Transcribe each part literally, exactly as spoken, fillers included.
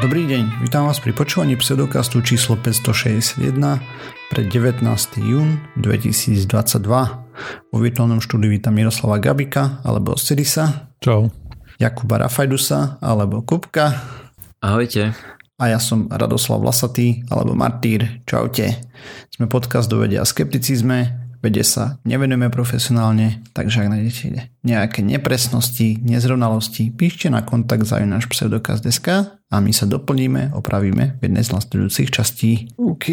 Dobrý deň, vítam vás pri počúvaní pseudokastu číslo päťstošesťdesiatjeden pre devätnásteho júna dvetisícdvadsaťdva. Vo virtuálnom štúdiu vítam Miroslava Gabika alebo Sirisa. Čau. Jakuba Rafajdusa alebo Kupka. Ahojte. A ja som Radoslav Vlasatý alebo Martýr. Čaute. Sme podcast o vede a skepticizme. Vede sa nevenujeme profesionálne, takže ak nájdete nejaké nepresnosti, nezrovnalosti, píšte na kontakt zavináč pseudokast bodka es ká a my sa doplníme, opravíme v jednej z nasledujúcich častí. OK,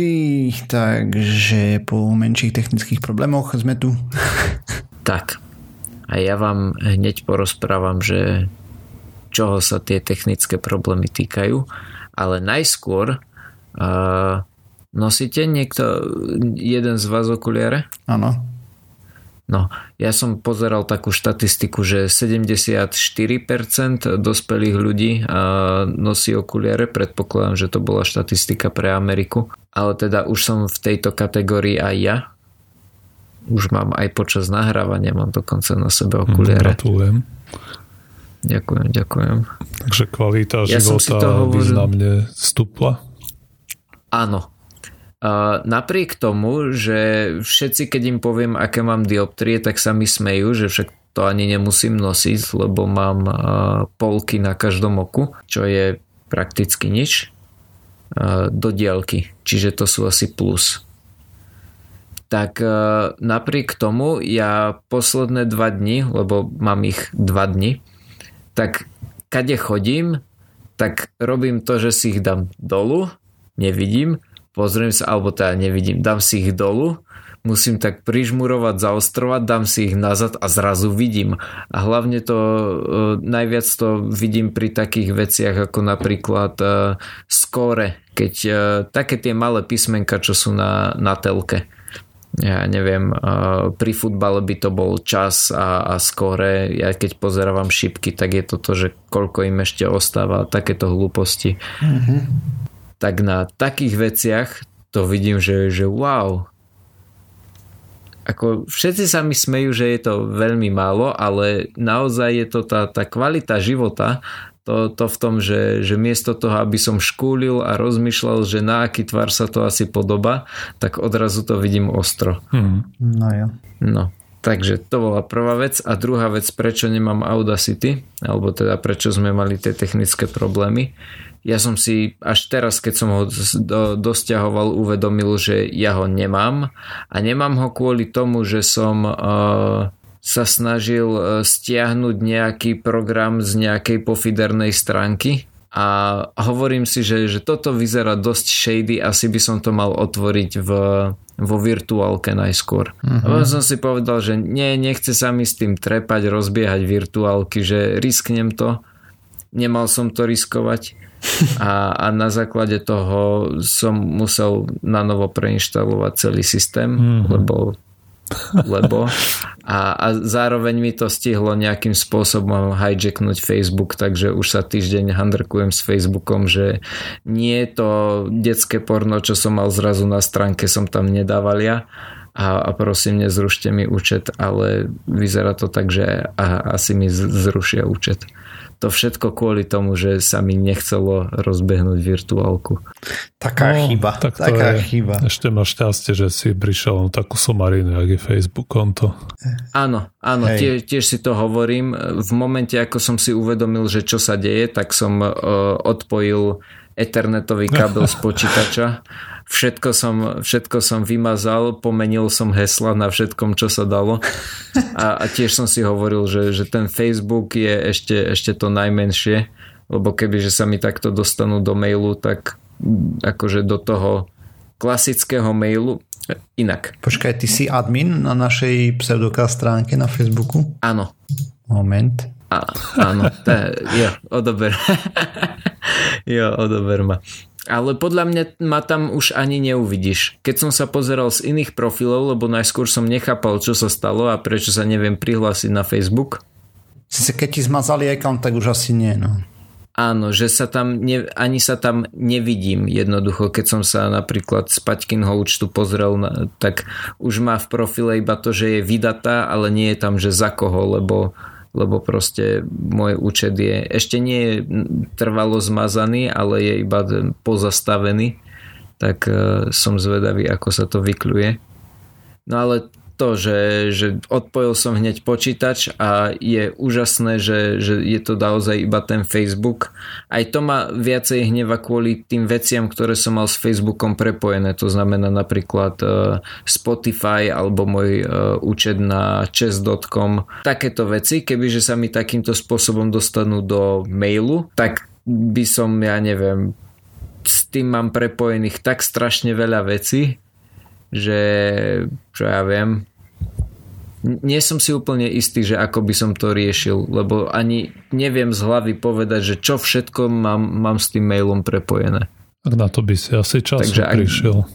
takže po menších technických problémoch sme tu. Tak, a ja vám hneď porozprávam, že čoho sa tie technické problémy týkajú, ale najskôr uh, nosíte niekto, jeden z vás okuliare? Áno. No, ja som pozeral takú štatistiku, že sedemdesiatštyri percent dospelých ľudí nosí okuliare. Predpokladám, že to bola štatistika pre Ameriku. Ale teda už som v tejto kategórii aj ja. Už mám aj počas nahrávania, mám dokonca na sebe okuliare. Gratulujem. Ďakujem, ďakujem. Takže kvalita ja života hovoril... významne stúpla? Áno. Uh, napriek tomu, že všetci, keď im poviem, aké mám dioptrie, tak sa mi smejú, že však to ani nemusím nosiť, lebo mám uh, polky na každom oku, čo je prakticky nič, uh, do diaľky, čiže to sú asi plus. Tak uh, napriek tomu ja posledné dva dni, lebo mám ich dva dni, tak kade chodím, tak robím to, že si ich dám dolu, nevidím, pozriem sa, alebo teda nevidím, dám si ich dolu, musím tak prižmurovať, zaostrovať, dám si ich nazad a zrazu vidím. A hlavne to, najviac to vidím pri takých veciach ako napríklad uh, skóre, keď uh, také tie malé písmenka, čo sú na, na telke. Ja neviem, uh, pri futbale by to bol čas a, a skóre, ja keď pozerávam šipky, tak je to to, že koľko im ešte ostáva, takéto hlúposti. Mhm. Tak na takých veciach to vidím, že, že wow. Ako všetci sa mi smejú, že je to veľmi málo, ale naozaj je to tá, tá kvalita života, to, to v tom, že, že miesto toho, aby som škúlil a rozmýšľal, že na aký tvar sa to asi podobá, tak odrazu to vidím ostro. Hmm. No ja. No. Takže to bola prvá vec. A druhá vec, prečo nemám Audacity, alebo teda prečo sme mali tie technické problémy. Ja som si až teraz, keď som ho do, dosťahoval, uvedomil, že ja ho nemám. A nemám ho kvôli tomu, že som uh, sa snažil stiahnuť nejaký program z nejakej pofidernej stránky. A hovorím si, že, že toto vyzerá dosť shady, asi by som to mal otvoriť v, vo virtuálke najskôr. Uh-huh. A som si povedal, že nie, nechce sa mi s tým trepať, rozbiehať virtuálky, že risknem to. Nemal som to riskovať. A, a na základe toho som musel na novo preinštalovať celý systém, uh-huh. lebo lebo a, a zároveň mi to stihlo nejakým spôsobom hijacknúť Facebook, takže už sa týždeň handrkujem s Facebookom, že nie je to detské porno, čo som mal zrazu na stránke, som tam nedával ja a, a prosím, nezrušte mi účet, ale vyzerá to tak, že a, asi mi z, zrušia účet. To všetko kvôli tomu, že sa mi nechcelo rozbehnúť virtuálku. Taká no, chyba. Tak taká je, chyba. Ešte máš šťastie, že si prišiel na takú somarinu, ak je Facebook konto. Áno, áno, tiež, tiež si to hovorím. V momente, ako som si uvedomil, že čo sa deje, tak som uh, odpojil ethernetový kábel z počítača. Všetko som, všetko som vymazal, pomenil som hesla na všetkom, čo sa dalo. A, a tiež som si hovoril, že, že ten Facebook je ešte, ešte to najmenšie, lebo kebyže sa mi takto dostanú do mailu, tak akože do toho klasického mailu inak. Počkaj, ty si admin na našej pseudokast stránke na Facebooku? Áno. Moment. Á, áno, tá, jo, odober. jo, odober ma. Ale podľa mňa ma tam už ani neuvidíš. Keď som sa pozeral z iných profilov, lebo najskôr som nechápal, čo sa stalo a prečo sa neviem prihlásiť na Facebook. Sice keď ti zmazali account, tak už asi nie, no. Áno, že sa tam ne, ani sa tam nevidím jednoducho. Keď som sa napríklad z Paťkinho účtu pozrel, na, tak už má v profile iba to, že je vydatá, ale nie je tam, že za koho, lebo lebo proste môj účet je ešte nie je trvalo zmazaný, ale je iba pozastavený, tak som zvedavý, ako sa to vykľuje. No ale to, že, že odpojil som hneď počítač a je úžasné, že, že je to naozaj iba ten Facebook. Aj to ma viacej hneva kvôli tým veciam, ktoré som mal s Facebookom prepojené. To znamená napríklad uh, Spotify alebo môj uh, účet na chess bodka com. Takéto veci, kebyže sa mi takýmto spôsobom dostanú do mailu, tak by som, ja neviem, s tým mám prepojených tak strašne veľa vecí, že čo ja viem, nie som si úplne istý, že ako by som to riešil, lebo ani neviem z hlavy povedať, že čo všetko mám, mám s tým mailom prepojené. Tak na to by si asi časom Takže prišiel. Ak,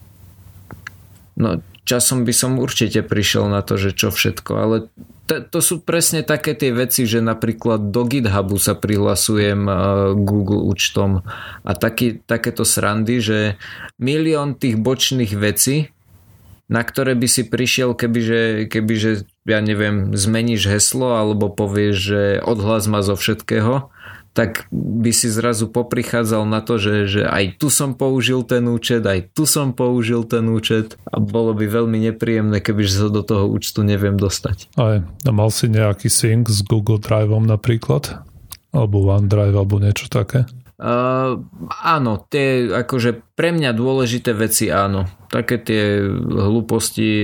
no časom by som určite prišiel na to, že čo všetko, ale to, to sú presne také tie veci, že napríklad do GitHubu sa prihlasujem uh, Google účtom a taký, takéto srandy, že milión tých bočných vecí, na ktoré by si prišiel, kebyže, kebyže ja neviem, zmeníš heslo alebo povieš, že odhlas ma zo všetkého, tak by si zrazu poprichádzal na to, že, že aj tu som použil ten účet, aj tu som použil ten účet a bolo by veľmi nepríjemné, kebyže sa do toho účtu neviem dostať. Aj, a mal si nejaký sync s Google Driveom napríklad? Alebo OneDrive, alebo niečo také? Uh, áno, tie akože pre mňa dôležité veci áno. Také tie hlúposti,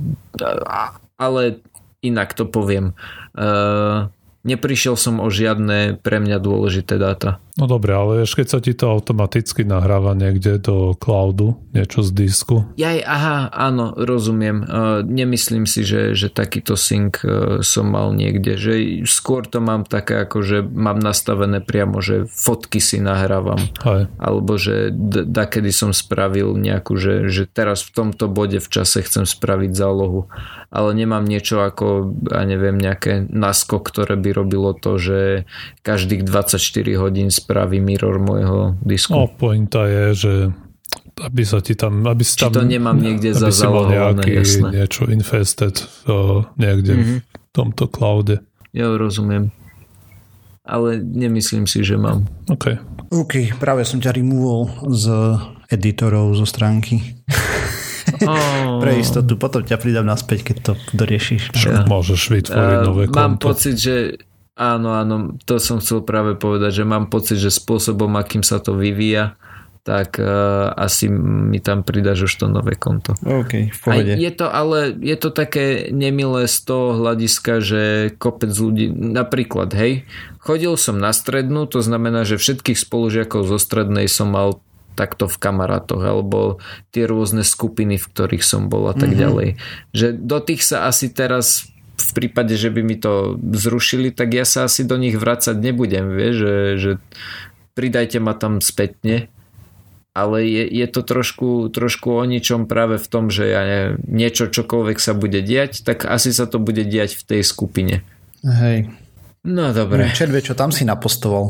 ale inak to poviem. Uh, Neprišiel som o žiadne pre mňa dôležité dáta. No dobre, ale vieš, keď sa ti to automaticky nahráva niekde do cloudu, niečo z disku. Jaj, aha, áno, rozumiem. Uh, nemyslím si, že, že takýto sync uh, som mal niekde. Že skôr to mám také, ako že mám nastavené priamo, že fotky si nahrávam. Aj. Alebo že d- dakedy som spravil nejakú, že, že teraz v tomto bode v čase chcem spraviť zálohu. Ale nemám niečo ako, ja neviem, nejaké naskok, ktoré by robilo to, že každých dvadsaťštyri hodín spraví mirror môjho disku. No, pointa je, že aby sa ti tam... Aby si Či tam, to nemám niekde aby zazálohované, nejaký, jasné. niečo infested uh, niekde mm-hmm. v tomto cloude. Ja rozumiem. Ale nemyslím si, že mám. OK. OK, práve som ťa removal z editorov zo stránky. Oh. Pre istotu, potom ťa pridám naspäť, keď to doriešiš. Ja. Môžeš vytvoriť uh, nové konto. Mám pocit, že áno, áno, to som chcel práve povedať, že mám pocit, že spôsobom, akým sa to vyvíja, tak uh, asi mi tam pridáš už to nové konto. OK, v pohode. Je to, ale je to také nemilé z toho hľadiska, že kopec ľudí, napríklad, hej, chodil som na strednú, to znamená, že všetkých spolužiakov zo strednej som mal takto v kamarátoch, alebo tie rôzne skupiny, v ktorých som bol a tak mm-hmm. ďalej. Že do tých sa asi teraz v prípade, že by mi to zrušili, tak ja sa asi do nich vracať nebudem, vieš, že, že pridajte ma tam spätne, ale je, je to trošku, trošku o ničom práve v tom, že ja neviem, niečo, čokoľvek sa bude diať, tak asi sa to bude diať v tej skupine. Hej. No dobre. No, červe, čo tam si napostoval?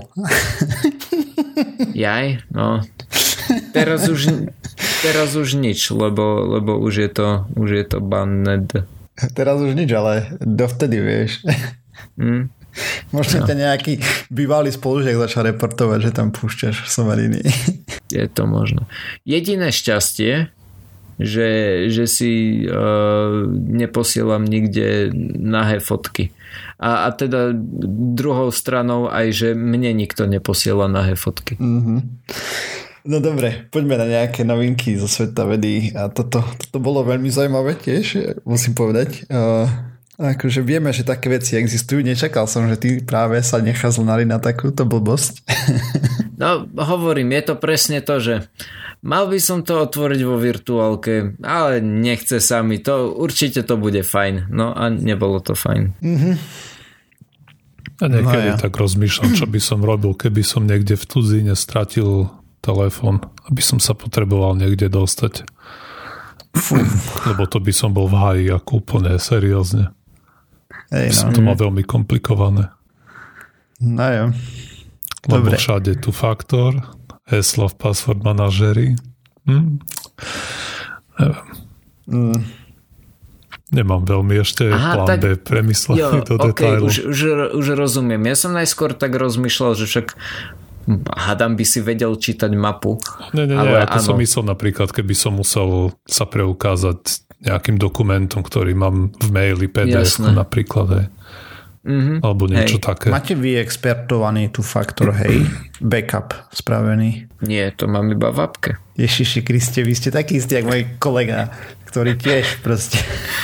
Jaj, no. Teraz už, teraz už nič, lebo, lebo už je to, už je to banned. Teraz už nič, ale dovtedy vieš. Mm. Možno no. Ten nejaký bývalý spolužiak začal reportovať, že tam púšťaš somariny. Je to možno. Jediné šťastie, že, že si uh, neposielam nikde nahé fotky. A, a teda druhou stranou aj, že mne nikto neposiela nahé fotky. Mm-hmm. No dobre, poďme na nejaké novinky zo sveta vedy. A toto, toto bolo veľmi zaujímavé tiež, musím povedať. Uh, akože vieme, že také veci existujú. Nečakal som, že ty práve sa necháš zlnariť na takúto blbosť. No hovorím, je to presne to, že mal by som to otvoriť vo virtuálke, ale nechce sa mi to. Určite to bude fajn. No a nebolo to fajn. Mm-hmm. A niekedy no ja. tak rozmýšľam, čo by som robil, keby som niekde v cudzíne stratil telefón, aby som sa potreboval niekde dostať. Fú. Lebo to by som bol v háji ako úplne seriózne. Ej, no. Som to mal veľmi komplikované. No jo. Lebo dobre. Všade tu faktor, heslo v password manažeri. Hm? Neviem. Mm. Nemám veľmi ešte Aha, plán tak, B premyslený do okay, detailu. Už, už, už rozumiem. Ja som najskôr tak rozmýšľal, že však hádam by si vedel čítať mapu. Nie, nie, nie. Ako áno. som myslel napríklad, keby som musel sa preukázať nejakým dokumentom, ktorý mám v maili pé dé ef napríklad. Hej. Mm-hmm. Alebo niečo hej. také. Máte vy expertovaný tu faktor, hej? Backup spravený? Nie, to mám iba v apke. Ježiši Kriste, vy ste taký istý, jak môj kolega, ktorý tiež proste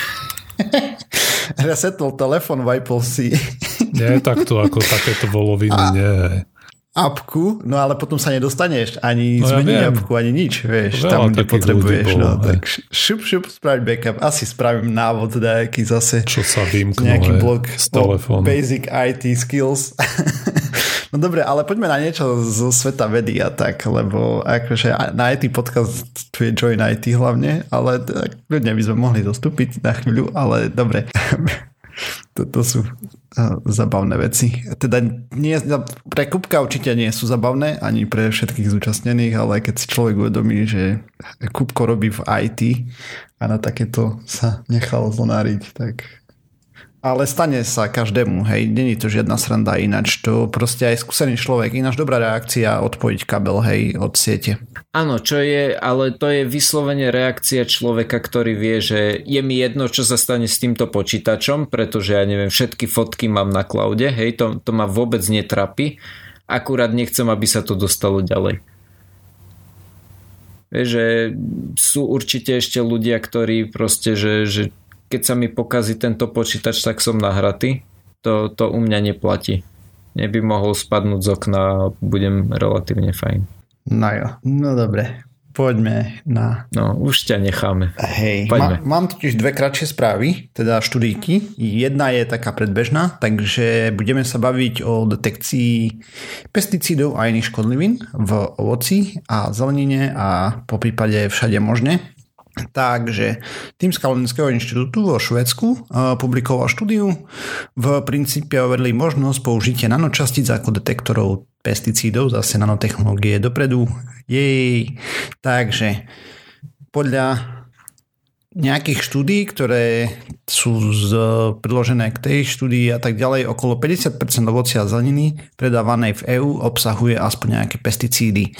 resetol telefon, vypol si. Nie takto, ako takéto voloviny, a nie. Apku, no ale potom sa nedostaneš ani no zmeniť ja apku, ani nič, vieš, veľa tam, kde potrebuješ. Bolo, no, tak šup, šup, spraviť backup. Asi spravím návod nejaký zase. Čo sa vymknú, nejaký blog z telefónu. Basic í té skills. No dobre, ale poďme na niečo zo sveta vedy a tak, lebo akože na í té podcast tu je Join í té hlavne, ale ľudia by sme mohli dostúpiť na chvíľu, ale dobre. Toto sú zabavné veci. Teda nie, pre Kupka určite nie sú zabavné, ani pre všetkých zúčastnených, ale keď si človek uvedomí, že Kupko robí v í té a na takéto sa nechal zonáriť, tak... Ale stane sa každému, hej, není to žiadna sranda ináč, to proste aj skúsený človek, ináč dobrá reakcia odpojiť kabel, hej, od siete. Áno, čo je, ale to je vyslovene reakcia človeka, ktorý vie, že je mi jedno, čo sa stane s týmto počítačom, pretože ja neviem, všetky fotky mám na cloude, hej, to, to ma vôbec netrapí, akurát nechcem, aby sa to dostalo ďalej. Vieš, že sú určite ešte ľudia, ktorí proste, že, že keď sa mi pokazí tento počítač, tak som nahratý. To, to u mňa neplatí. Neby mohol spadnúť z okna a budem relatívne fajn. No jo, no dobre. Poďme na... No, už ťa necháme. Hej, má, mám totiž dve kratšie správy, teda študijky. Jedna je taká predbežná, takže budeme sa baviť o detekcii pesticídov a iných škodlivín v ovoci a zelenine a poprípade všade možne. Takže tým z Karolinského inštitútu vo Švédsku publikoval štúdiu. V princípe overili možnosť použitia nanočastíc ako detektorov pesticídov, zase nanotechnológie dopredu. Jej. Takže podľa nejakých štúdií, ktoré sú z, priložené k tej štúdii a tak ďalej, okolo päťdesiat percent ovocia a zeleniny predávanej v EÚ obsahuje aspoň nejaké pesticídy.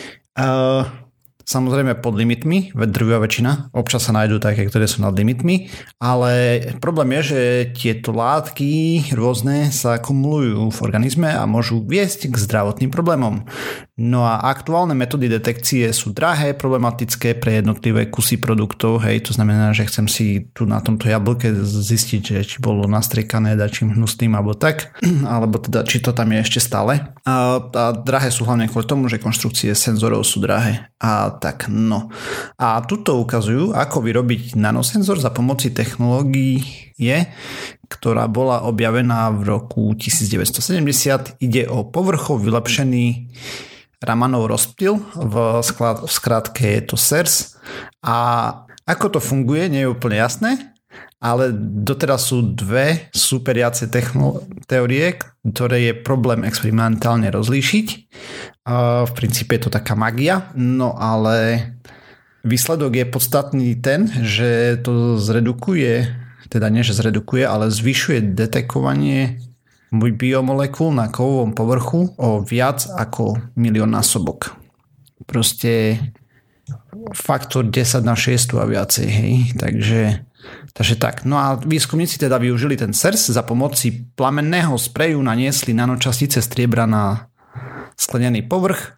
Uh, Samozrejme pod limitmi, drvivá väčšina, občas sa nájdú také, ktoré sú nad limitmi, ale problém je, že tieto látky rôzne sa akumulujú v organizme a môžu viesť k zdravotným problémom. No a aktuálne metódy detekcie sú drahé, problematické pre jednotlivé kusy produktov, hej, to znamená, že chcem si tu na tomto jablke zistiť, že či bolo nastriekané dačím hnusným alebo tak, alebo teda či to tam je ešte stále. A, a drahé sú hlavne kvôli tomu, že konštrukcie senzorov sú drahé. A tak no. A tuto ukazujú, ako vyrobiť nanosenzor za pomoci technológií je, ktorá bola objavená v roku devätnásťsedemdesiat. Ide o povrchov vylepšený Ramanov rozptyl, v, sklad, v skratke je to C E R S. A ako to funguje, nie je úplne jasné, ale doteraz sú dve superiace techno- teórie, ktoré je problém experimentálne rozlíšiť. A v princípe je to taká magia, no ale výsledok je podstatný ten, že to zredukuje, teda nie že zredukuje, ale zvyšuje detekovanie biomolekúl na kovovom povrchu o viac ako milión násobok. Proste faktor desať na šesť a viacej, hej. Takže, takže tak. No a výskumníci teda využili ten C E R S, za pomoci plamenného spreju naniesli nanočastice striebra na sklenený povrch.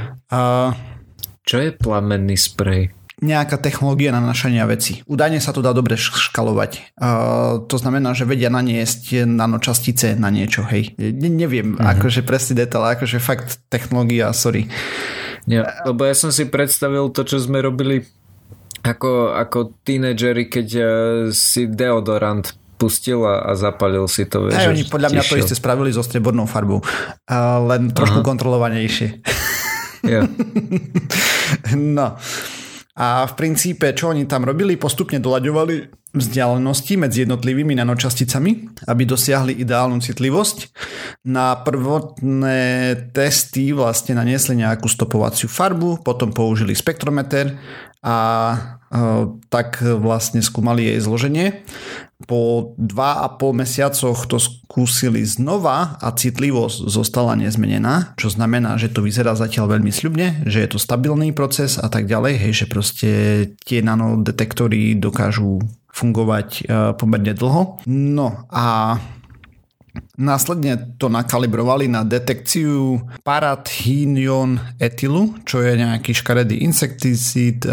A čo je plamenný sprej? Nejaká technológia nanášania veci. Údajne sa to dá dobre škalovať. Uh, to znamená, že vedia naniesť nanočastice na niečo, hej. Ne, neviem, uh-huh. akože presný detail, akože fakt technológia, sorry. Ja, lebo ja som si predstavil to, čo sme robili ako, ako tínedžeri, keď si deodorant pustil a zapalil si to. Aj oni podľa mňa to isté spravili so striebornou farbou. Uh, len trošku uh-huh. kontrolovanejšie. Ja. No. A v princípe, čo oni tam robili, postupne doľaďovali vzdialenosti medzi jednotlivými nanočasticami, aby dosiahli ideálnu citlivosť. Na prvotné testy vlastne naniesli nejakú stopovaciu farbu, potom použili spektrometer a tak vlastne skúmali jej zloženie. Po dva a pol mesiacoch to skúsili znova a citlivosť zostala nezmenená, čo znamená, že to vyzerá zatiaľ veľmi sľubne, že je to stabilný proces a tak ďalej, hej, že proste tie nanodetektory dokážu fungovať pomerne dlho. No a následne to nakalibrovali na detekciu parathynion etylu, čo je nejaký škaredý insekticíd.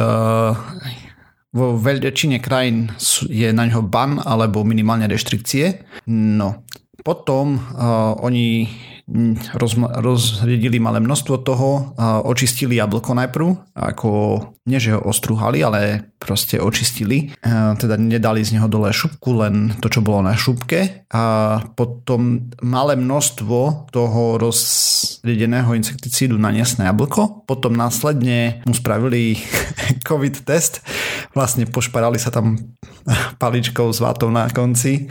Vo väčšine krajín je na ňo ban alebo minimálne reštrikcie. No, potom uh, oni roz, rozriedili malé množstvo toho, uh, očistili jablko najprv, ako nie že ho ostruhali, ale proste očistili. Uh, teda nedali z neho dole šupku, len to, čo bolo na šupke. A potom malé množstvo toho rozriedeného insekticídu naniesli na jablko. Potom následne mu spravili COVID test. Vlastne pošparali sa tam paličkou s vátou na konci.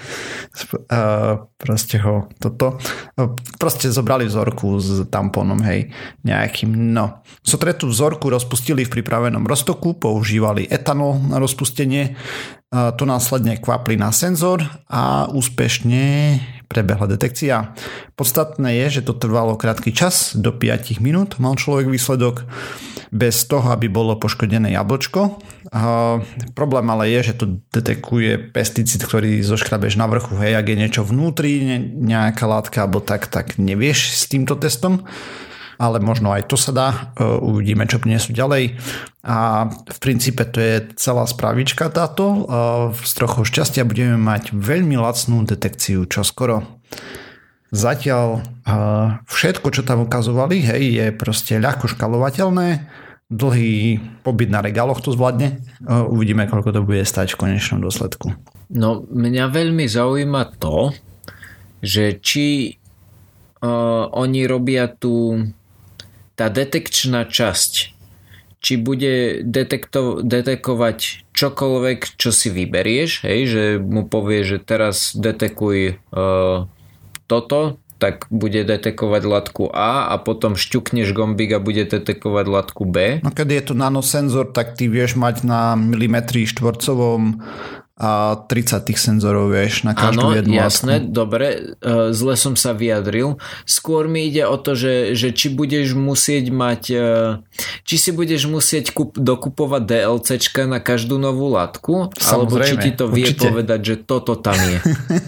Uh, proste ho toto. Proste zobrali vzorku s tampónom, hej, nejakým. No. Sotretú vzorku rozpustili v pripravenom roztoku, používali etanol na rozpustenie. Uh, to následne kvapli na senzor a úspešne prebehla detekcia. Podstatné je, že to trvalo krátky čas, do päť minút mal človek výsledok, bez toho, aby bolo poškodené jablčko. Uh, problém ale je, že to detekuje pesticíd, ktorý zoškrabeš na vrchu. Hej, ak je niečo vnútri, ne, nejaká látka alebo tak, tak nevieš s týmto testom. Ale možno aj to sa dá. Uh, uvidíme, čo prinesú ďalej. A v princípe to je celá správička táto. Uh, s trochou šťastia budeme mať veľmi lacnú detekciu čoskoro. Zatiaľ uh, všetko, čo tam ukazovali, hej, je proste ľahko škalovateľné. Dlhý pobyt na regáloch to zvládne. Uh, uvidíme, koľko to bude stať v konečnom dôsledku. No, mňa veľmi zaujíma to, že či uh, oni robia tu tá detekčná časť, či bude detekto- detekovať čokoľvek, čo si vyberieš, hej, že mu povie, že teraz detekuj uh, toto, tak bude detekovať látku A a potom šťukneš gombík a bude detekovať látku B. No keď je to nanosenzor, tak ty vieš mať na milimetri štvorcovom a tridsať tých senzorov, vieš, na každú Áno, jednu jasné, látku. dobre, zle som sa vyjadril. Skôr mi ide o to, že, že či budeš musieť mať, či si budeš musieť kup, dokupovať DLCčka na každú novú látku, alebo či ti to vie určite povedať, že toto tam je.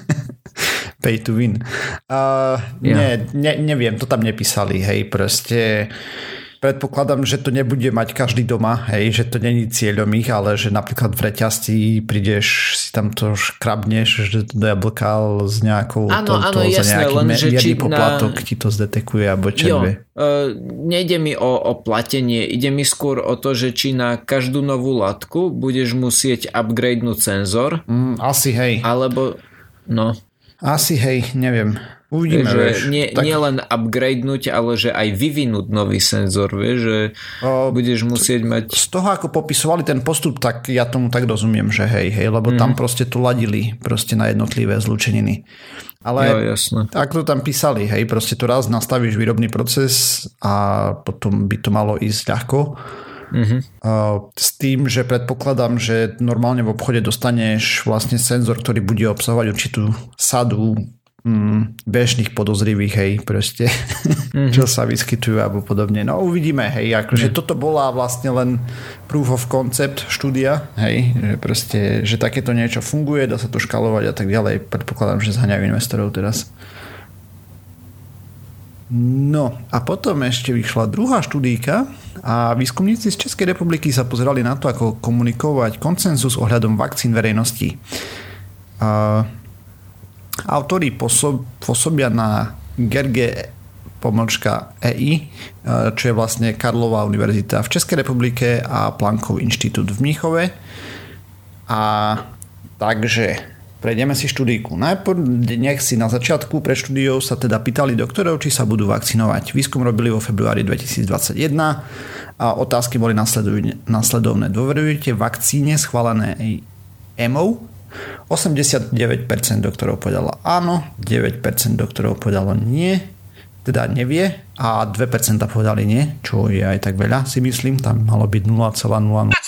Pay to win. Uh, yeah. nie, ne, neviem, to tam nepísali, hej, proste predpokladám, že to nebude mať každý doma, hej, že to není cieľom ich, ale že napríklad v reťazci prídeš, si tam to škrabneš, že to do jablka s nejakou ano, touto, ano, za jasné, nejaký len, mierny poplatok na... ti to zdetekuje, alebo čo vie. Uh, nejde mi o, o platenie, ide mi skôr o to, že či na každú novú látku budeš musieť upgradenúť senzor. Mm, asi hej. Alebo, no... Asi hej, neviem. Uvidíme, že vieš. Nie, tak... nie len upgradenúť, ale že aj vyvinúť nový senzor, vieš, že o, budeš musieť mať... Z toho, ako popisovali ten postup, tak ja tomu tak rozumiem, že hej, hej, lebo mm. tam proste to ladili proste na jednotlivé zlúčeniny. Ale jo, jasné. Ako to tam písali, hej, proste to raz nastavíš výrobný proces a potom by to malo ísť ľahko. Uh-huh. S tým, že predpokladám, že normálne v obchode dostaneš vlastne senzor, ktorý bude obsahovať určitú sadu mm, bežných podozrivých, hej, proste, uh-huh. čo sa vyskytujú alebo podobne. No uvidíme, hej, akože uh-huh. toto bola vlastne len proof of concept štúdia, hej, že proste, že takéto niečo funguje, dá sa to škalovať a tak ďalej. Predpokladám, že zhaňajú investorov teraz. No a potom ešte vyšla druhá štúdíka a výskumníci z Českej republiky sa pozerali na to, ako komunikovať konsenzus ohľadom vakcín verejnosti. Uh, autori posob, pôsobia na Gerge pomočka é í, uh, čo je vlastne Karlova univerzita v Českej republike a Planckov inštitút v Mníchove. A takže prejdeme si štúdijku. Najprv nech si na začiatku pred štúdiou sa teda pýtali doktorov, či sa budú vakcinovať. Výskum robili vo februári dvetisícdvadsaťjeden a otázky boli nasledovné. Dôverujete vakcíne schválené é em ó osemdesiatdeväť percent doktorov povedalo áno, deväť percent doktorov povedalo nie, teda nevie, a dve percentá povedali nie, čo je aj tak veľa, si myslím, tam malo byť nula celá nula nula.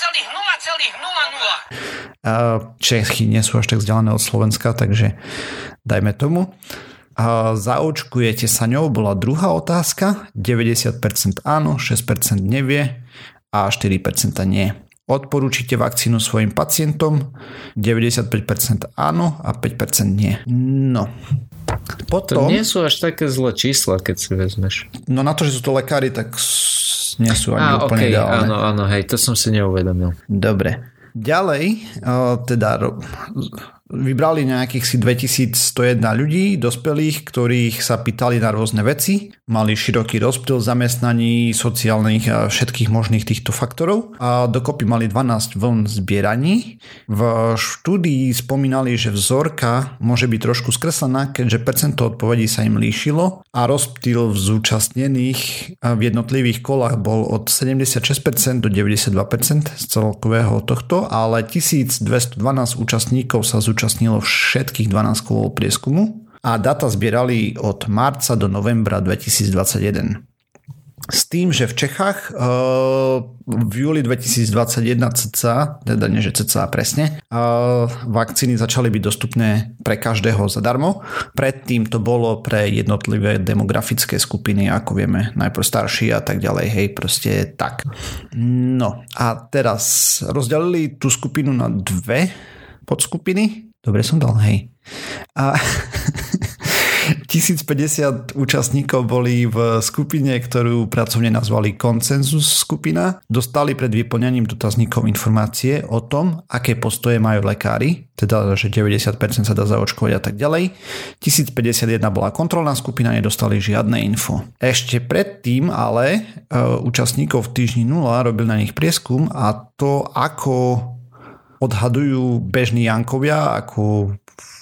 Čechy nie sú až tak vzdialené od Slovenska, takže dajme tomu. Zaočkujete sa ňou, bola druhá otázka, deväťdesiat percent áno, šesť percent nevie a štyri percent nie. Odporúčite vakcínu svojim pacientom, deväťdesiatpäť percent áno a päť percent nie. No. Potom, to nie sú až také zlé čísla, keď si vezmeš. No na to, že sú to lekári, tak nie sú ani Á, úplne okay, ideálne. Áno, áno, hej, to som si neuvedomil. Dobre. Ďalej, teda vybrali nejakých si dvetisícstojeden ľudí, dospelých, ktorých sa pýtali na rôzne veci. Mali široký rozptyl zamestnaní, sociálnych a všetkých možných týchto faktorov. A dokopy mali dvanásť vln zbieraní. V štúdii spomínali, že vzorka môže byť trošku skreslená, keďže percento odpovedí sa im líšilo a rozptyl v zúčastnených v jednotlivých kolách bol od sedemdesiatšesť percent do deväťdesiatdva percent z celkového tohto, ale tisícdvestodvanásť účastníkov sa zúčastnilo všetkých dvanásť kolov prieskumu a dáta zbierali od marca do novembra dvetisícdvadsaťjeden. S tým, že v Čechách e, v júli dvetisícdvadsaťjeden cca, teda nie že cca presne, e, vakcíny začali byť dostupné pre každého zadarmo. Predtým to bolo pre jednotlivé demografické skupiny, ako vieme, najprv starší a tak ďalej, hej, proste tak. No a teraz rozdelili tú skupinu na dve podskupiny. Dobre som dal, hej. A tisícpäťdesiat účastníkov boli v skupine, ktorú pracovne nazvali konsenzus skupina. Dostali pred vyplňaním dotazníkov informácie o tom, aké postoje majú lekári, teda že deväťdesiat percent sa dá zaočkovať a tak ďalej. tisícpäťdesiatjeden bola kontrolná skupina, nedostali žiadne info. Ešte predtým ale e, účastníkov v týždni nula robil na nich prieskum a to, ako odhadujú bežní Jankovia, ako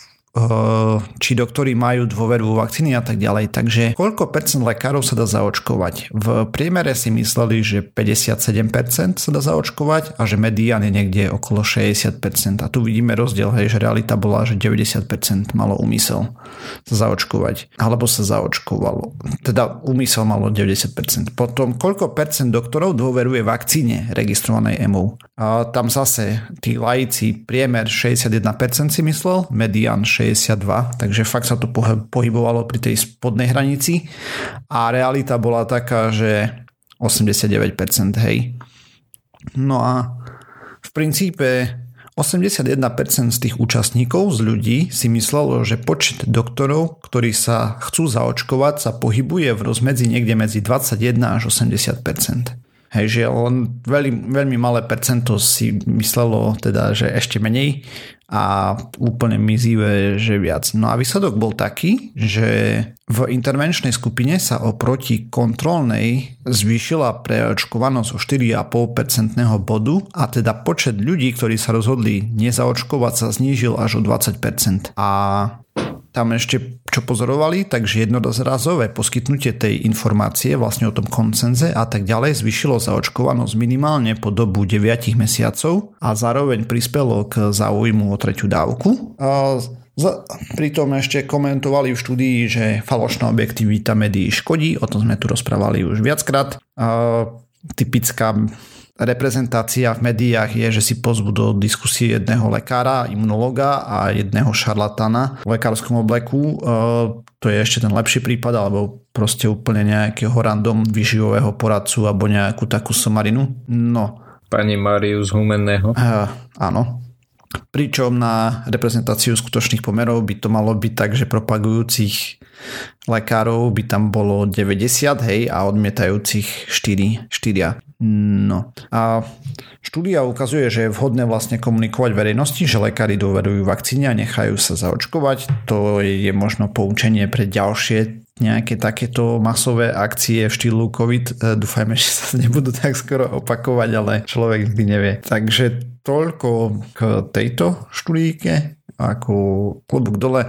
či doktori majú dôveru vo vakcíny a tak ďalej. Takže koľko percent lekárov sa dá zaočkovať? V priemere si mysleli, že päťdesiatsedem percent sa dá zaočkovať a že medián je niekde okolo šesťdesiat percent. A tu vidíme rozdiel, hej, že realita bola, že deväťdesiat percent malo úmysel sa zaočkovať. Alebo sa zaočkovalo. Teda úmysel malo deväťdesiat percent. Potom koľko percent doktorov dôveruje vakcíne registrovanej é em ó? A tam zase tí laici priemer šesťdesiatjeden percent si myslel, medián šesťdesiatdva, takže fakt sa to pohybovalo pri tej spodnej hranici a realita bola taká, že osemdesiatdeväť percent, hej. No a v princípe osemdesiatjeden percent z tých účastníkov, z ľudí si myslelo, že počet doktorov, ktorí sa chcú zaočkovať, sa pohybuje v rozmedzi niekde medzi dvadsaťjeden až osemdesiat percent. Hej, že len veľmi, veľmi malé percento si myslelo teda, že ešte menej a úplne mizivé, že viac. No a výsledok bol taký, že v intervenčnej skupine sa oproti kontrolnej zvýšila preočkovanosť o štyri celé päť percentného bodu a teda počet ľudí, ktorí sa rozhodli nezaočkovať, sa znížil až o dvadsať percent. A tam ešte čo pozorovali, takže jednorazové poskytnutie tej informácie vlastne o tom konsenze a tak ďalej zvýšilo zaočkovanosť minimálne po dobu deväť mesiacov a zároveň prispelo k záujmu o tretiu dávku. A pritom ešte komentovali v štúdii, že falošná objektivita médií škodí, o tom sme tu rozprávali už viackrát. A typická reprezentácia v médiách je, že si pozvú do diskusie jedného lekára, imunológa a jedného šarlatána v lekárskom obleku. To je ešte ten lepší prípad, alebo proste úplne nejakého random výživového poradcu alebo nejakú takú somarinu. No. Pani Máriu z Humenného. Uh, áno. Pričom na reprezentáciu skutočných pomerov by to malo byť tak, že propagujúcich lekárov by tam bolo deväťdesiat, hej, a odmietajúcich štyri, štyria. No. A štúdia ukazuje, že je vhodné vlastne komunikovať verejnosti, že lekári dôverujú vakcíne a nechajú sa zaočkovať. To je možno poučenie pre ďalšie nejaké takéto masové akcie v štýlu COVID. Dúfajme, že sa nebudú tak skoro opakovať, ale človek nikdy nevie. Takže toľko k tejto štúdíke, ako klobúk dole.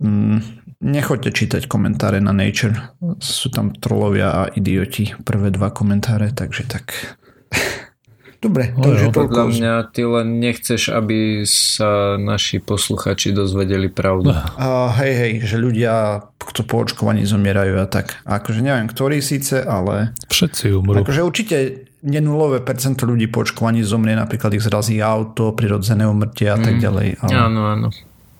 Nechoďte čítať komentáre na Nature. Sú tam trolovia a idioti. Prvé dva komentáre, takže tak. Dobre, no, takže toľko. Podľa mňa ty len nechceš, aby sa naši posluchači dozvedeli pravdu. Uh, hej, hej, že ľudia, kto po očkovaní zomierajú a tak. Akože neviem, ktorí síce, ale... Všetci umrú. Akože určite nenulové percento ľudí po očkovaní zomrie, napríklad ich zrazí auto, prirodzené úmrtie a tak ďalej. Ale... Áno, áno.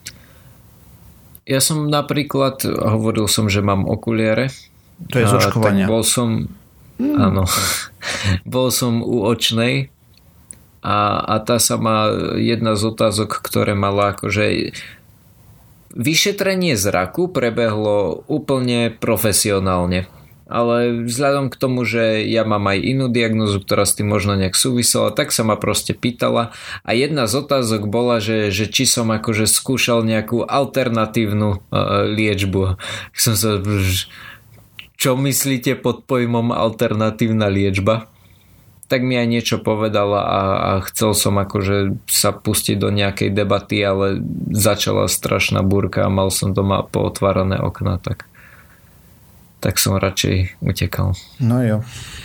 Ja som napríklad, hovoril som, že mám okuliare. To je z očkovania. Tak bol som... Hmm. Áno. Bol som u očnej a, a tá sa ma jedna z otázok, ktoré mala akože vyšetrenie zraku prebehlo úplne profesionálne. Ale vzhľadom k tomu, že ja mám aj inú diagnózu, ktorá s tým možno nejak súvisela, tak sa ma proste pýtala a jedna z otázok bola, že, že či som akože skúšal nejakú alternatívnu uh, liečbu. Som sa... Čo myslíte pod pojmom alternatívna liečba? Tak mi aj niečo povedala a, a chcel som akože sa pustiť do nejakej debaty, ale začala strašná búrka a mal som doma pootvárané okna, tak, tak som radšej utekal. No jo.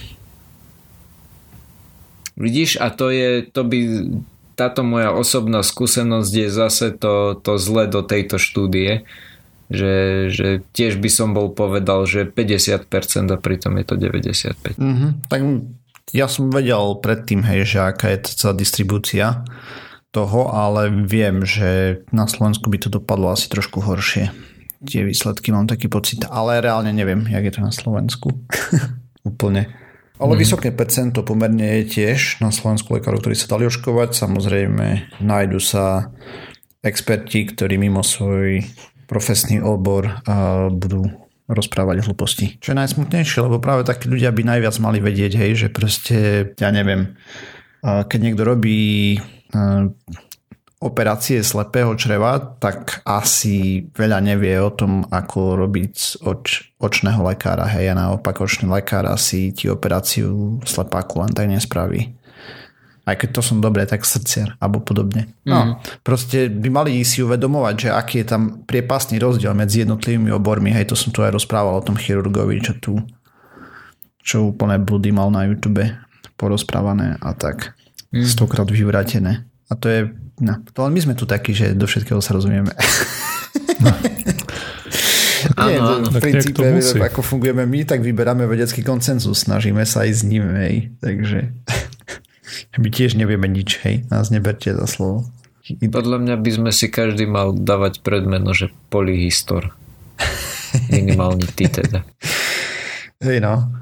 Vidíš, a to je, to by, táto moja osobná skúsenosť je zase to, to zle do tejto štúdie, Že, že tiež by som bol povedal, že päťdesiat percent a pritom je to deväťdesiatpäť percent. Mm-hmm. Tak ja som vedel predtým, hej, že aká je celá distribúcia toho, ale viem, že na Slovensku by to dopadlo asi trošku horšie. Tie výsledky mám taký pocit, ale reálne neviem, jak je to na Slovensku. Úplne. Ale mm. vysoké percento pomerne je tiež na Slovensku lekárov, ktorí sa dali očkovať. Samozrejme nájdu sa experti, ktorí mimo svoj profesný obor a budú rozprávať hlúposti. Čo je najsmutnejšie, lebo práve takí ľudia by najviac mali vedieť, hej, že proste, ja neviem, keď niekto robí operácie slepého čreva, tak asi veľa nevie o tom, ako robiť z oč, očného lekára, hej, a naopak očný lekár asi ti operáciu slepáku len tak nespraví. Aj keď to som dobre, tak srdciar, alebo podobne. No, mm. proste by mali si uvedomovať, že aký je tam priepastný rozdiel medzi jednotlivými obormi. Hej, to som tu aj rozprával o tom chirurgovi, čo tu čo úplne blúdy mal na YouTube porozprávané a tak mm. stokrát vyvrátené. A to je, no, to len my sme tu takí, že do všetkého sa rozumieme. No. Nie, áno, áno. V princípe, ako fungujeme my, tak vyberáme vedecký konsenzus, snažíme sa aj s ním, hej, takže... My tiež nevieme nič, hej. Nás neberte za slovo. Podľa mňa by sme si každý mal dávať predmeno, že polyhistor. Minimálne ty teda. Hej no.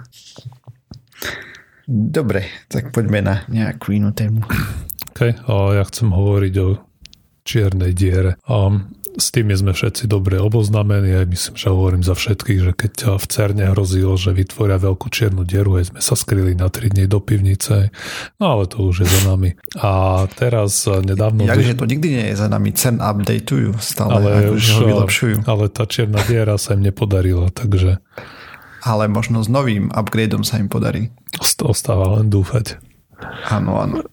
Dobre, tak poďme na nejakú inú tému. OK, a ja chcem hovoriť o čiernej diere. Um, s tým sme všetci dobre oboznámení, aj myslím, že hovorím za všetkých, že keď v CERNe hrozilo, že vytvoria veľkú čiernu dieru, aj sme sa skryli na tri dni do pivnice, no ale to už je za nami. A teraz nedávno... Jakže to nikdy nie je za nami, CERN updateujú stále, ale akože ho vylepšujú. Ale tá čierna diera sa im nepodarila, takže... Ale možno s novým upgradeom sa im podarí. Ostáva len dúfať. Áno, áno.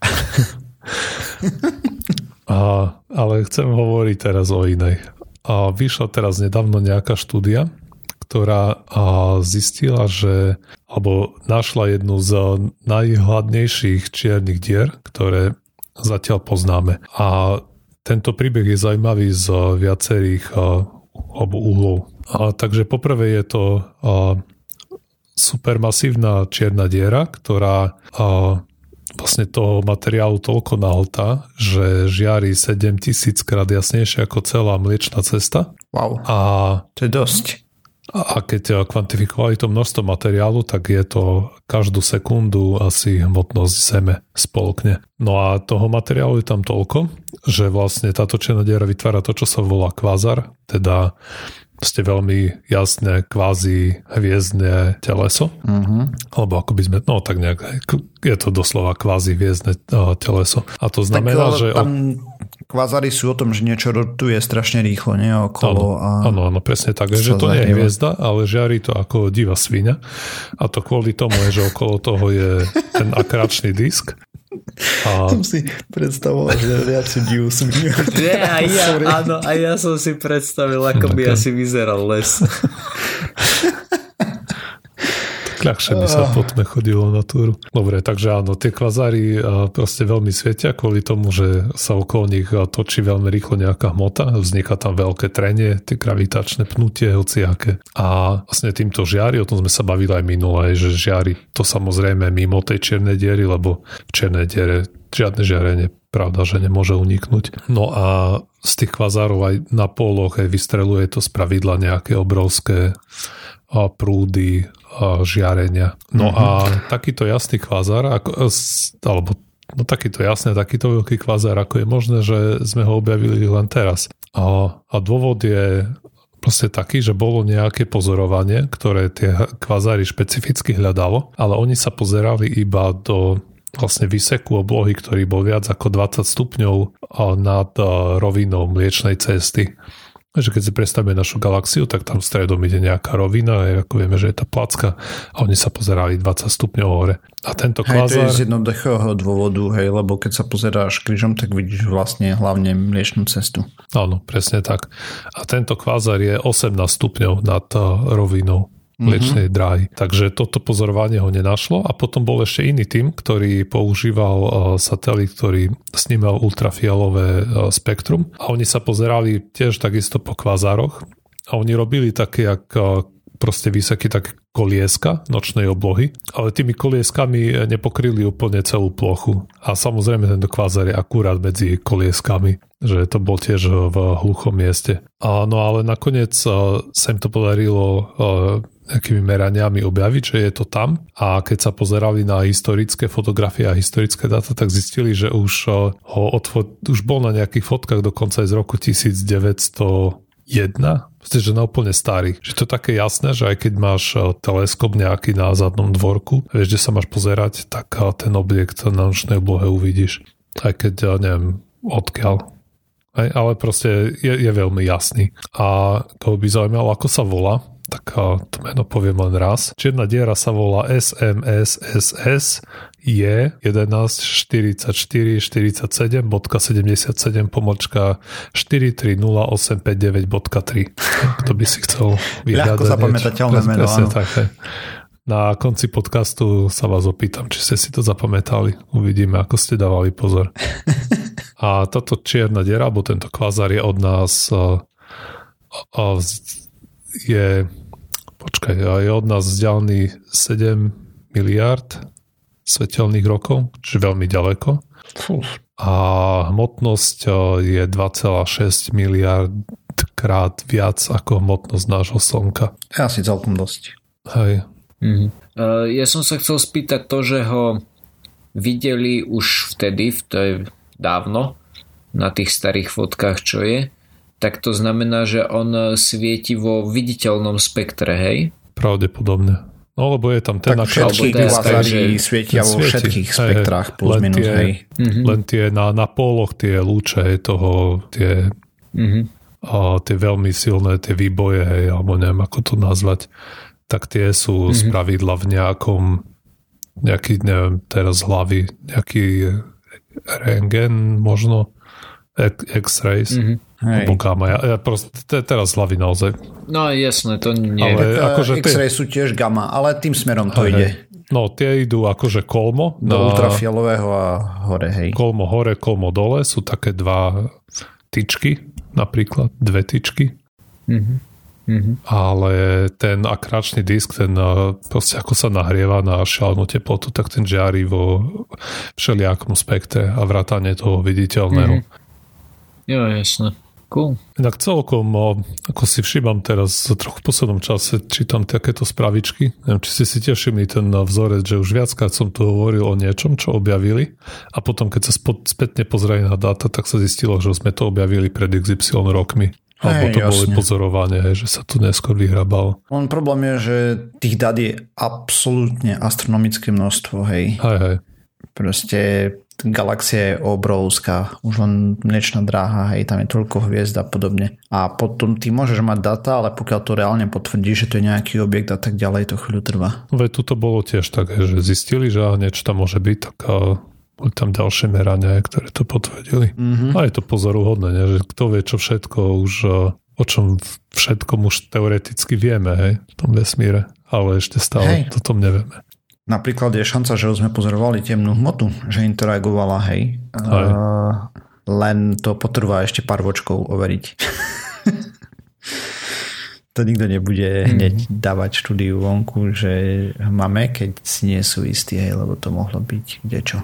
A, ale chcem hovoriť teraz o inej. A vyšla teraz nedávno nejaká štúdia, ktorá a, zistila, že alebo našla jednu z najhladnejších čiernych dier, ktoré zatiaľ poznáme. A tento príbeh je zaujímavý z viacerých a, alebo uhlov. A, takže poprvé je to a, supermasívna čierna diera, ktorá a, vlastne toho materiálu toľko nahltá, že žiari sedemtisíc krát jasnejšie ako celá Mliečna cesta. Wow, a, to je dosť. A keď kvantifikovali to množstvo materiálu, tak je to každú sekundu asi hmotnosť Zeme spolkne. No a toho materiálu je tam toľko, že vlastne táto čierna diera vytvára to, čo sa volá kvázar, teda ste veľmi jasné kvázi hviezdne teleso. Uh-huh. Alebo ako by sme, no tak nejak, je to doslova kvázi hviezdne teleso. A to znamená, tak, že... Tam kvázary sú o tom, že niečo rotuje strašne rýchlo, nie? Okolo. Áno, áno, presne tak. Že to nie je hviezda, ale žiari to ako divá sviňa. A to kvôli tomu je, že okolo toho je ten akračný disk. A... Som si predstavoval, že reakciu divú sviňu. Ja, ja, áno, a ja som si predstavil, ako by asi vyzeral les. ľahšie by sa po tme chodilo na túru. Dobre, takže áno, tie kvazári proste veľmi svietia kvôli tomu, že sa okolo nich točí veľmi rýchlo nejaká hmota, vzniká tam veľké trenie, tie gravitačné pnutie, hociaké. A vlastne týmto žiari, o tom sme sa bavili aj minule, že žiari to samozrejme mimo tej čiernej diery, lebo v čiernej diere žiadne žiarenie, pravda, že nemôže uniknúť. No a z tých kvazárov aj na póloch aj vystreluje to spravidla nejaké obrovské a prúdy a žiarenia. No mm-hmm. a takýto jasný kvazár, ako, alebo no takýto jasný, takýto veľký kvazár, ako je možné, že sme ho objavili len teraz. A, a dôvod je proste taký, že bolo nejaké pozorovanie, ktoré tie kvazáry špecificky hľadalo, ale oni sa pozerali iba do vlastne výseku oblohy, ktorý bol viac ako dvadsať stupňov nad rovinou Mliečnej cesty. Že keď si predstavíme našu galaxiu, tak tam stredom ide nejaká rovina, ako vieme, že je tá placka a oni sa pozerali dvadsať stupňov hore. A tento kvázar... Hej, to je z jednoduchého dôvodu, hej, lebo keď sa pozeráš krížom, tak vidíš vlastne hlavne Mliečnú cestu. Áno, presne tak. A tento kvázar je osemnásť stupňov nad rovinou Mliečnej mm-hmm. dráhy. Takže toto pozorovanie ho nenašlo a potom bol ešte iný tím, ktorý používal uh, satelit, ktorý snímal ultrafialové uh, spektrum a oni sa pozerali tiež takisto po kvazároch a oni robili také, jak uh, proste výseky také kolieska nočnej oblohy, ale tými kolieskami nepokryli úplne celú plochu a samozrejme tento kvázar je akurát medzi kolieskami, že to bol tiež v hluchom mieste. A, no ale nakoniec uh, sa im to podarilo uh, nejakými meraniami objaviť, že je to tam a keď sa pozerali na historické fotografie a historické dáta, tak zistili, že už ho odfot, už bol na nejakých fotkách dokonca aj z roku devätnásťstojedenásť, že na úplne starý. Že to je také jasné, že aj keď máš teleskop nejaký na zadnom dvorku, vieš, kde sa máš pozerať, tak ten objekt na nočnej oblohe uvidíš. Aj keď, neviem, odkiaľ. Aj, ale proste je, je veľmi jasný. A to by zaujímalo, ako sa volá, tak to meno poviem len raz. Čierna diera sa volá es em es es es je jedenásť štyridsaťštyri štyridsaťsedem sedemdesiatsedem pomočka štyri tri nula osem päť deväť tri. Kto by si chcel vyhľadať. Ľahko zapamätateľné meno, áno. Tak, na konci podcastu sa vás opýtam, či ste si to zapamätali. Uvidíme, ako ste dávali pozor. A táto čierna diera, alebo tento kvázar je od nás a, a, je počkaj, je od nás vzdialený sedem miliárd svetelných rokov, čiže veľmi ďaleko. Fuf. A hmotnosť je dva celé šesť miliárd krát viac ako hmotnosť nášho Slnka. Asi celkom dosť. Hej. Mhm. Uh, ja som sa chcel spýtať to, že ho videli už vtedy, v tej dávno, na tých starých fotkách, čo je, tak to znamená, že on svieti vo viditeľnom spektre, hej? Pravdepodobne. No, lebo je tam ten... Tak všetky kvazári svietia vo všetkých spektrách plus minus, hej. Mm-hmm. Len tie na, na póloch tie lúče toho, tie, mm-hmm. a, tie veľmi silné, tie výboje, hej, alebo neviem, ako to nazvať, tak tie sú mm-hmm. spravidla v nejakom nejaký, neviem, teraz hlavy, nejaký rentgen možno, X-rays, mm-hmm. alebo gamma. Ja, ja proste, teraz hlavy naozaj. No jasné, to nie. Ale akože X-rays sú tiež gamma, ale tým smerom to hej, ide. No tie idú akože kolmo. Do na, ultrafialového a hore, hej. Kolmo hore, kolmo dole, sú také dva tyčky, napríklad, dve tyčky. Mhm. Mm-hmm. Ale ten akračný disk, ten proste ako sa nahrieva na šialenú teplotu, tak ten žiari vo všelijakom spektre a vrátane toho viditeľného. Mm-hmm. Jo, jasné. Cool. Inak celkom, ako si všímam teraz, trochu v poslednom čase čítam takéto spravičky. Neviem, či si si tiež všimli ten vzorec, že už viackrát som tu hovoril o niečom, čo objavili a potom, keď sa spätne pozreli na dáta, tak sa zistilo, že sme to objavili pred iks ypsilon rokmi. Alebo to boli pozorovanie, hej, že sa tu neskôr vyhrabalo. On problém je, že tých dát je absolútne astronomické množstvo, hej. Hej, hej. Proste galaxia je obrovská, už len Mliečna dráha, hej, tam je toľko hviezd a podobne. A potom ty môžeš mať data, ale pokiaľ to reálne potvrdí, že to je nejaký objekt a tak ďalej, to chvíľu trvá. Veď tu to bolo tiež tak, že zistili, že niečo tam môže byť, tak boli tam ďalšie merania, ktoré to potvrdili. Mm-hmm. A je to pozoruhodné, ne? Že kto vie, čo všetko už, o čom všetkom už teoreticky vieme, hej, v tom vesmíre. ale ešte stále hej. o tom nevieme. Napríklad je šanca, že sme pozorovali temnú hmotu, že interagovala, hej. Uh, len to potrvá ešte pár vočkov overiť. To nikto nebude hneď dávať štúdiu vonku, že máme, keď si nie sú istí, hej, lebo to mohlo byť kdečo.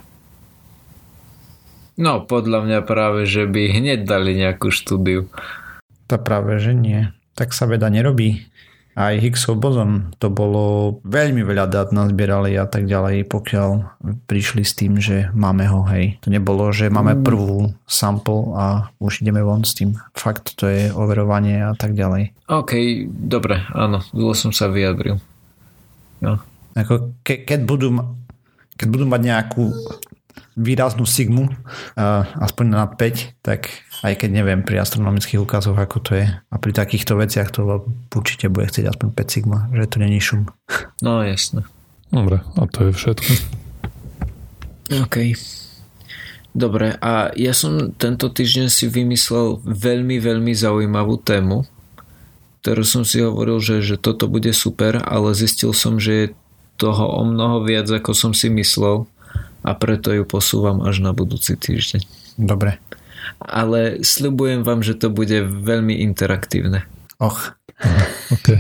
No, podľa mňa práve, že by hneď dali nejakú štúdiu. To práve, že nie. Tak sa veda nerobí. Aj Higgsov bozon, to bolo veľmi veľa dát nazbierali a tak ďalej, pokiaľ prišli s tým, že máme ho, hej. To nebolo, že máme prvú sample a už ideme von s tým. Fakt, to je overovanie a tak ďalej. OK, dobre, áno, dlho som sa vyjadril. No. Ako ke, keď, budú, keď budú mať nejakú výraznú sigmu, uh, aspoň na päť, tak aj keď neviem pri astronomických ukazoch, ako to je, a pri takýchto veciach to určite bude chcieť aspoň päť sigma, že to není šum. No jasné. Dobre, a to je všetko. OK. Dobre, a ja som tento týždeň si vymyslel veľmi, veľmi zaujímavú tému, ktorú som si hovoril, že, že toto bude super, ale zistil som, že je toho o mnoho viac, ako som si myslel, a preto ju posúvam až na budúci týždeň. Dobre. Ale sľubujem vám, že to bude veľmi interaktívne. Och. OK.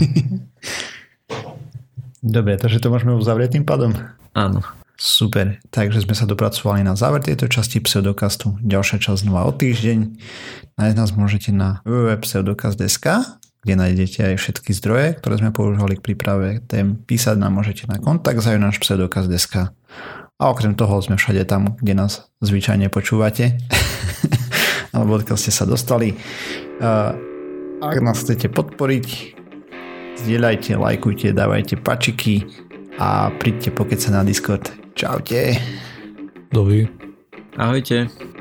Dobre, takže to môžeme uzavrieť tým pádom? Áno. Super, takže sme sa dopracovali na záver tejto časti Pseudokastu. Ďalšia časť znova o týždeň. Nájsť nás môžete na w w w bodka pseudokast bodka es ka, kde nájdete aj všetky zdroje, ktoré sme používali k príprave tém. Písať nám môžete na kontakt zavináč pseudokast bodka es ka. A okrem toho sme všade tam, kde nás zvyčajne počúvate. Alebo odkiaľ ste sa dostali. Ak nás chcete podporiť, zdieľajte, lajkujte, dávajte pačiky a príďte pokecať na Discord. Čaute. Dovi. Ahojte.